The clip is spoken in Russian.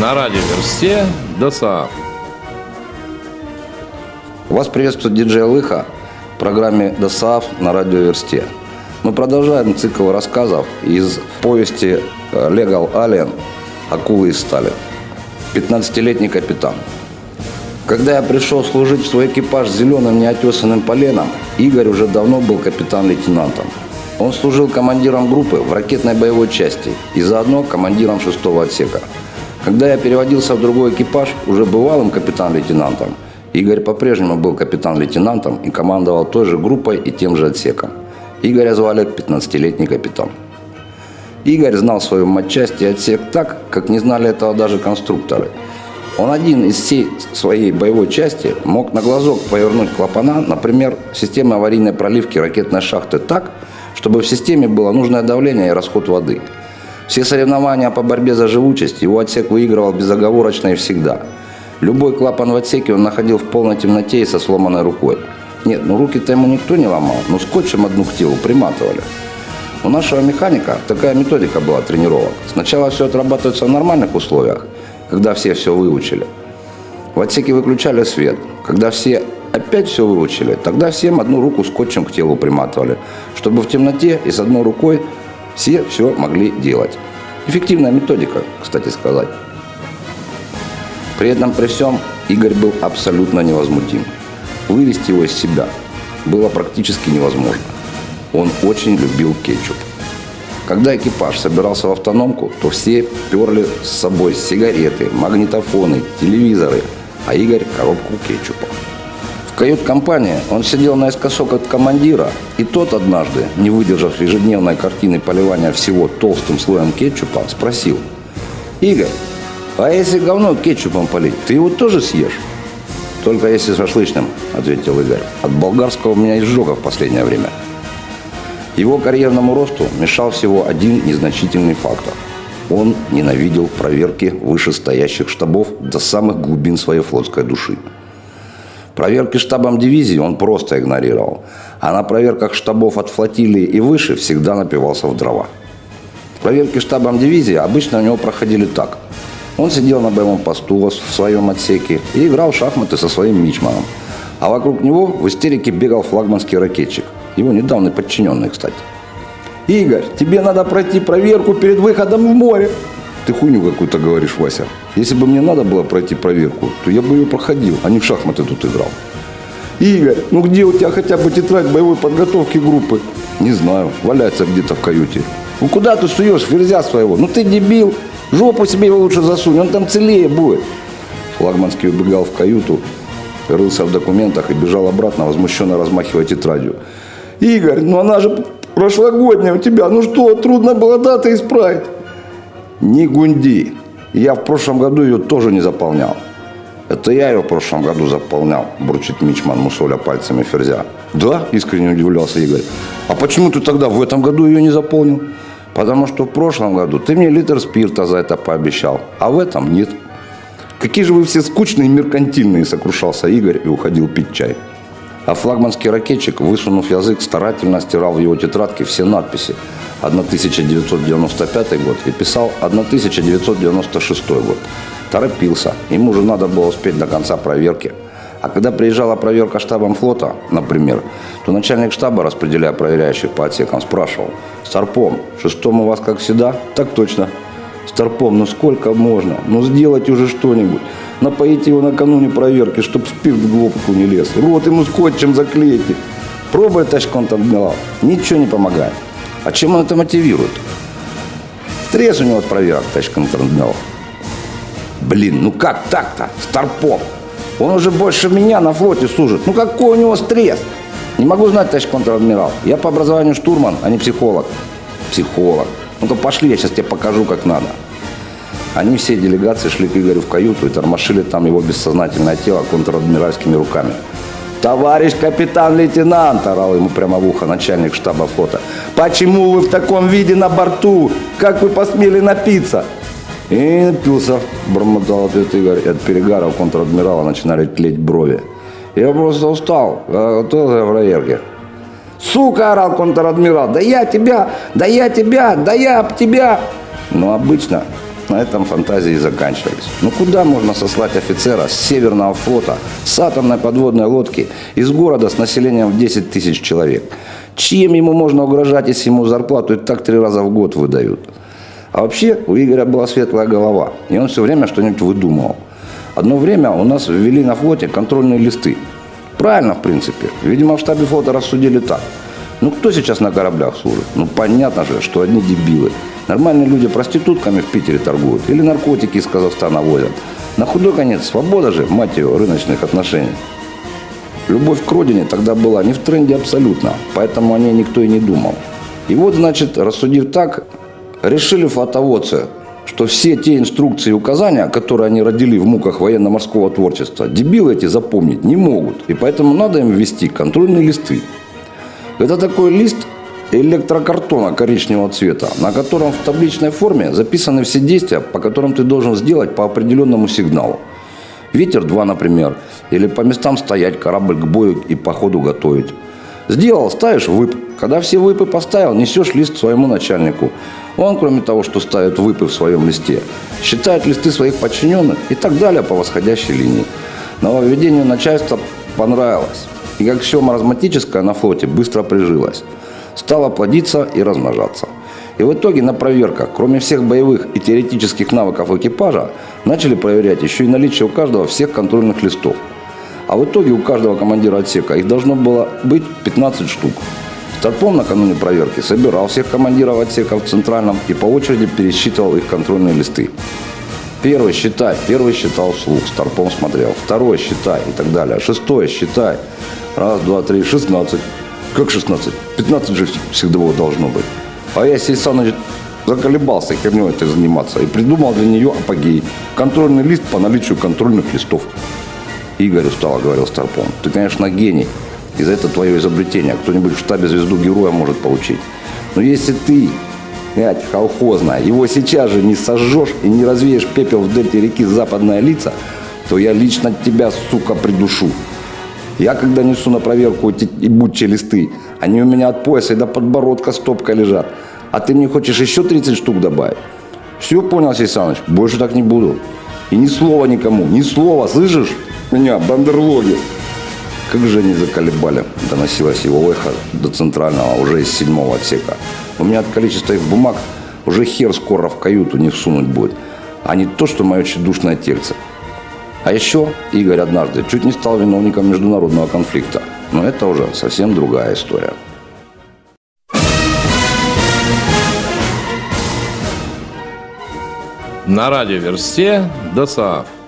На радиоверсте ДОСААФ. Вас приветствует диджей Лыха в программе ДОСААФ на радиоверсте. Мы продолжаем цикл рассказов из повести Legal Alien «Акулы из стали». 15-летний капитан. Когда я пришел служить в свой экипаж с зеленым неотесанным поленом, Игорь уже давно был капитан-лейтенантом. Он служил командиром группы в ракетной боевой части и заодно командиром 6-го отсека. Когда я переводился в другой экипаж, уже бывалым капитан-лейтенантом, Игорь по-прежнему был капитан-лейтенантом и командовал той же группой и тем же отсеком. Игоря звали 15-летний капитан. Игорь знал свою матчасть и отсек так, как не знали этого даже конструкторы. Он один из всей своей боевой части мог на глазок повернуть клапана, например, системы аварийной проливки ракетной шахты так, чтобы в системе было нужное давление и расход воды. Все соревнования по борьбе за живучесть его отсек выигрывал безоговорочно и всегда. Любой клапан в отсеке он находил в полной темноте и со сломанной рукой. Нет, руки-то ему никто не ломал, но скотчем одну к телу приматывали. У нашего механика такая методика была тренировок. Сначала все отрабатывается в нормальных условиях, когда все выучили. В отсеке выключали свет. Когда все опять все выучили, тогда всем одну руку скотчем к телу приматывали, чтобы в темноте и с одной рукой все могли делать. Эффективная методика, кстати сказать. При этом, при всем, Игорь был абсолютно невозмутим. Вывести его из себя было практически невозможно. Он очень любил кетчуп. Когда экипаж собирался в автономку, то все перли с собой сигареты, магнитофоны, телевизоры, а Игорь – коробку кетчупа. В кают-компании он сидел наискосок от командира, и тот однажды, не выдержав ежедневной картины поливания всего толстым слоем кетчупа, спросил: «Игорь, а если говно кетчупом полить, ты его тоже съешь?» «Только если шашлычным», – ответил Игорь. «От болгарского у меня изжога в последнее время». Его карьерному росту мешал всего один незначительный фактор. Он ненавидел проверки вышестоящих штабов до самых глубин своей флотской души. Проверки штабом дивизии он просто игнорировал, а на проверках штабов от флотилии и выше всегда напивался в дрова. Проверки штабом дивизии обычно у него проходили так. Он сидел на боевом посту в своем отсеке и играл в шахматы со своим мичманом. А вокруг него в истерике бегал флагманский ракетчик. Его недавний подчиненный, кстати. «Игорь, тебе надо пройти проверку перед выходом в море». «Ты хуйню какую-то говоришь, Вася. Если бы мне надо было пройти проверку, то я бы ее проходил, а не в шахматы тут играл». «Игорь, где у тебя хотя бы тетрадь боевой подготовки группы?» «Не знаю, валяется где-то в каюте». «Куда ты суешь ферзя своего? Ты дебил. Жопу себе его лучше засунь, он там целее будет». Флагманский убегал в каюту, рылся в документах и бежал обратно, возмущенно размахивая тетрадью. «Игорь, она же прошлогодняя у тебя. Что, трудно было даты исправить?» «Не гунди. Я в прошлом году ее тоже не заполнял». «Это я ее в прошлом году заполнял», бурчит мичман, мусоля пальцами ферзя. «Да?» – искренне удивлялся Игорь. «А почему ты тогда в этом году ее не заполнил?» «Потому что в прошлом году ты мне литр спирта за это пообещал, а в этом нет». «Какие же вы все скучные и меркантильные», – сокрушался Игорь и уходил пить чай. А флагманский ракетчик, высунув язык, старательно стирал в его тетрадке все надписи 1995 год и писал 1996 год. Торопился, ему же надо было успеть до конца проверки. А когда приезжала проверка штабом флота, например, то начальник штаба, распределяя проверяющих по отсекам, спрашивал: «Старпом, шестому у вас как всегда?» «Так точно». «Старпом, сколько можно? Сделайте уже что-нибудь. Напоите его накануне проверки, чтоб спирт в глотку не лез. Рот ему скотчем заклейте. Пробуй, товарищ контр-адмирал. Ничего не помогает». «А чем он это мотивирует?» «Стресс у него от проверок, товарищ контр-адмирал». «Блин, как так-то, Старпом? Он уже больше меня на флоте служит. Какой у него стресс?» «Не могу знать, товарищ контр-адмирал. Я по образованию штурман, а не психолог». «Психолог? Ну-ка пошли, я сейчас тебе покажу, как надо». Они всей делегацией шли к Игорю в каюту и тормошили там его бессознательное тело контр-адмиральскими руками. «Товарищ капитан-лейтенант!» – орал ему прямо в ухо начальник штаба флота. «Почему вы в таком виде на борту? Как вы посмели напиться?» «И напился», – бормотал ответ Игорь. И от перегара у контр-адмирала начинали тлеть брови. «Я просто устал. Кто за проверки?» «Сука!» – орал контр-адмирал. «Да я тебя! Да я тебя! Да я об тебя!» Но обычно на этом фантазии и заканчивались. Ну куда можно сослать офицера с Северного флота, с атомной подводной лодки, из города с населением в 10 тысяч человек? Чем ему можно угрожать, если ему зарплату и так 3 раза в год выдают? А вообще у Игоря была светлая голова, и он все время что-нибудь выдумывал. Одно время у нас ввели на флоте контрольные листы. Правильно, в принципе. Видимо, в штабе флота рассудили так. Ну, кто сейчас на кораблях служит? Ну, понятно же, что одни дебилы. Нормальные люди проститутками в Питере торгуют или наркотики из Казахстана возят. На худой конец, свобода же, мать ее, рыночных отношений. Любовь к родине тогда была не в тренде абсолютно, поэтому о ней никто и не думал. И вот, значит, рассудив так, решили флотоводцы, что все те инструкции и указания, которые они родили в муках военно-морского творчества, дебилы эти запомнить не могут. И поэтому надо им ввести контрольные листы. Это такой лист электрокартона коричневого цвета, на котором в табличной форме записаны все действия, по которым ты должен сделать по определенному сигналу. Ветер 2, например, или по местам стоять, корабль к бою и по ходу готовить. Сделал, ставишь ВИП. Когда все ВИПы поставил, несешь лист своему начальнику. Он, кроме того, что ставит ВИПы в своем листе, считает листы своих подчиненных и так далее по восходящей линии. Нововведению начальства понравилось. И как все маразматическое на флоте быстро прижилось. Стало плодиться и размножаться. И в итоге на проверках, кроме всех боевых и теоретических навыков экипажа, начали проверять еще и наличие у каждого всех контрольных листов. А в итоге у каждого командира отсека их должно было быть 15 штук. Старпом накануне проверки собирал всех командиров отсеков в центральном и по очереди пересчитывал их контрольные листы. Первый считал вслух, старпом смотрел. Второй считай и так далее. Шестое считай. 1, 2, 3, 16. Как 16? 15 же всегда должно быть. А я, Сергей Александрович, заколебался херней этой заниматься и придумал для нее апогей. Контрольный лист по наличию контрольных листов. Игорь устало говорил старпом. Ты, конечно, гений. И за это твое изобретение кто-нибудь в штабе звезду героя может получить. Но если ты, колхозная, его сейчас же не сожжешь и не развеешь пепел в дельте реки Западная Лица, то я лично тебя, сука, придушу. Я, когда несу на проверку эти ебучие листы, они у меня от пояса и до подбородка стопкой лежат. А ты мне хочешь еще 30 штук добавить? Все понял, Сергей Александрович, больше так не буду. И ни слова никому, ни слова, слышишь? Меня, бандерлоги. Как же они заколебали, доносилось его эхо до центрального, уже из 7-го отсека. У меня от количества их бумаг уже хер скоро в каюту не всунуть будет, а не то, что мое тщедушное тельце. А еще Игорь однажды чуть не стал виновником международного конфликта. Но это уже совсем другая история. На радиоверсте ДОСААФ.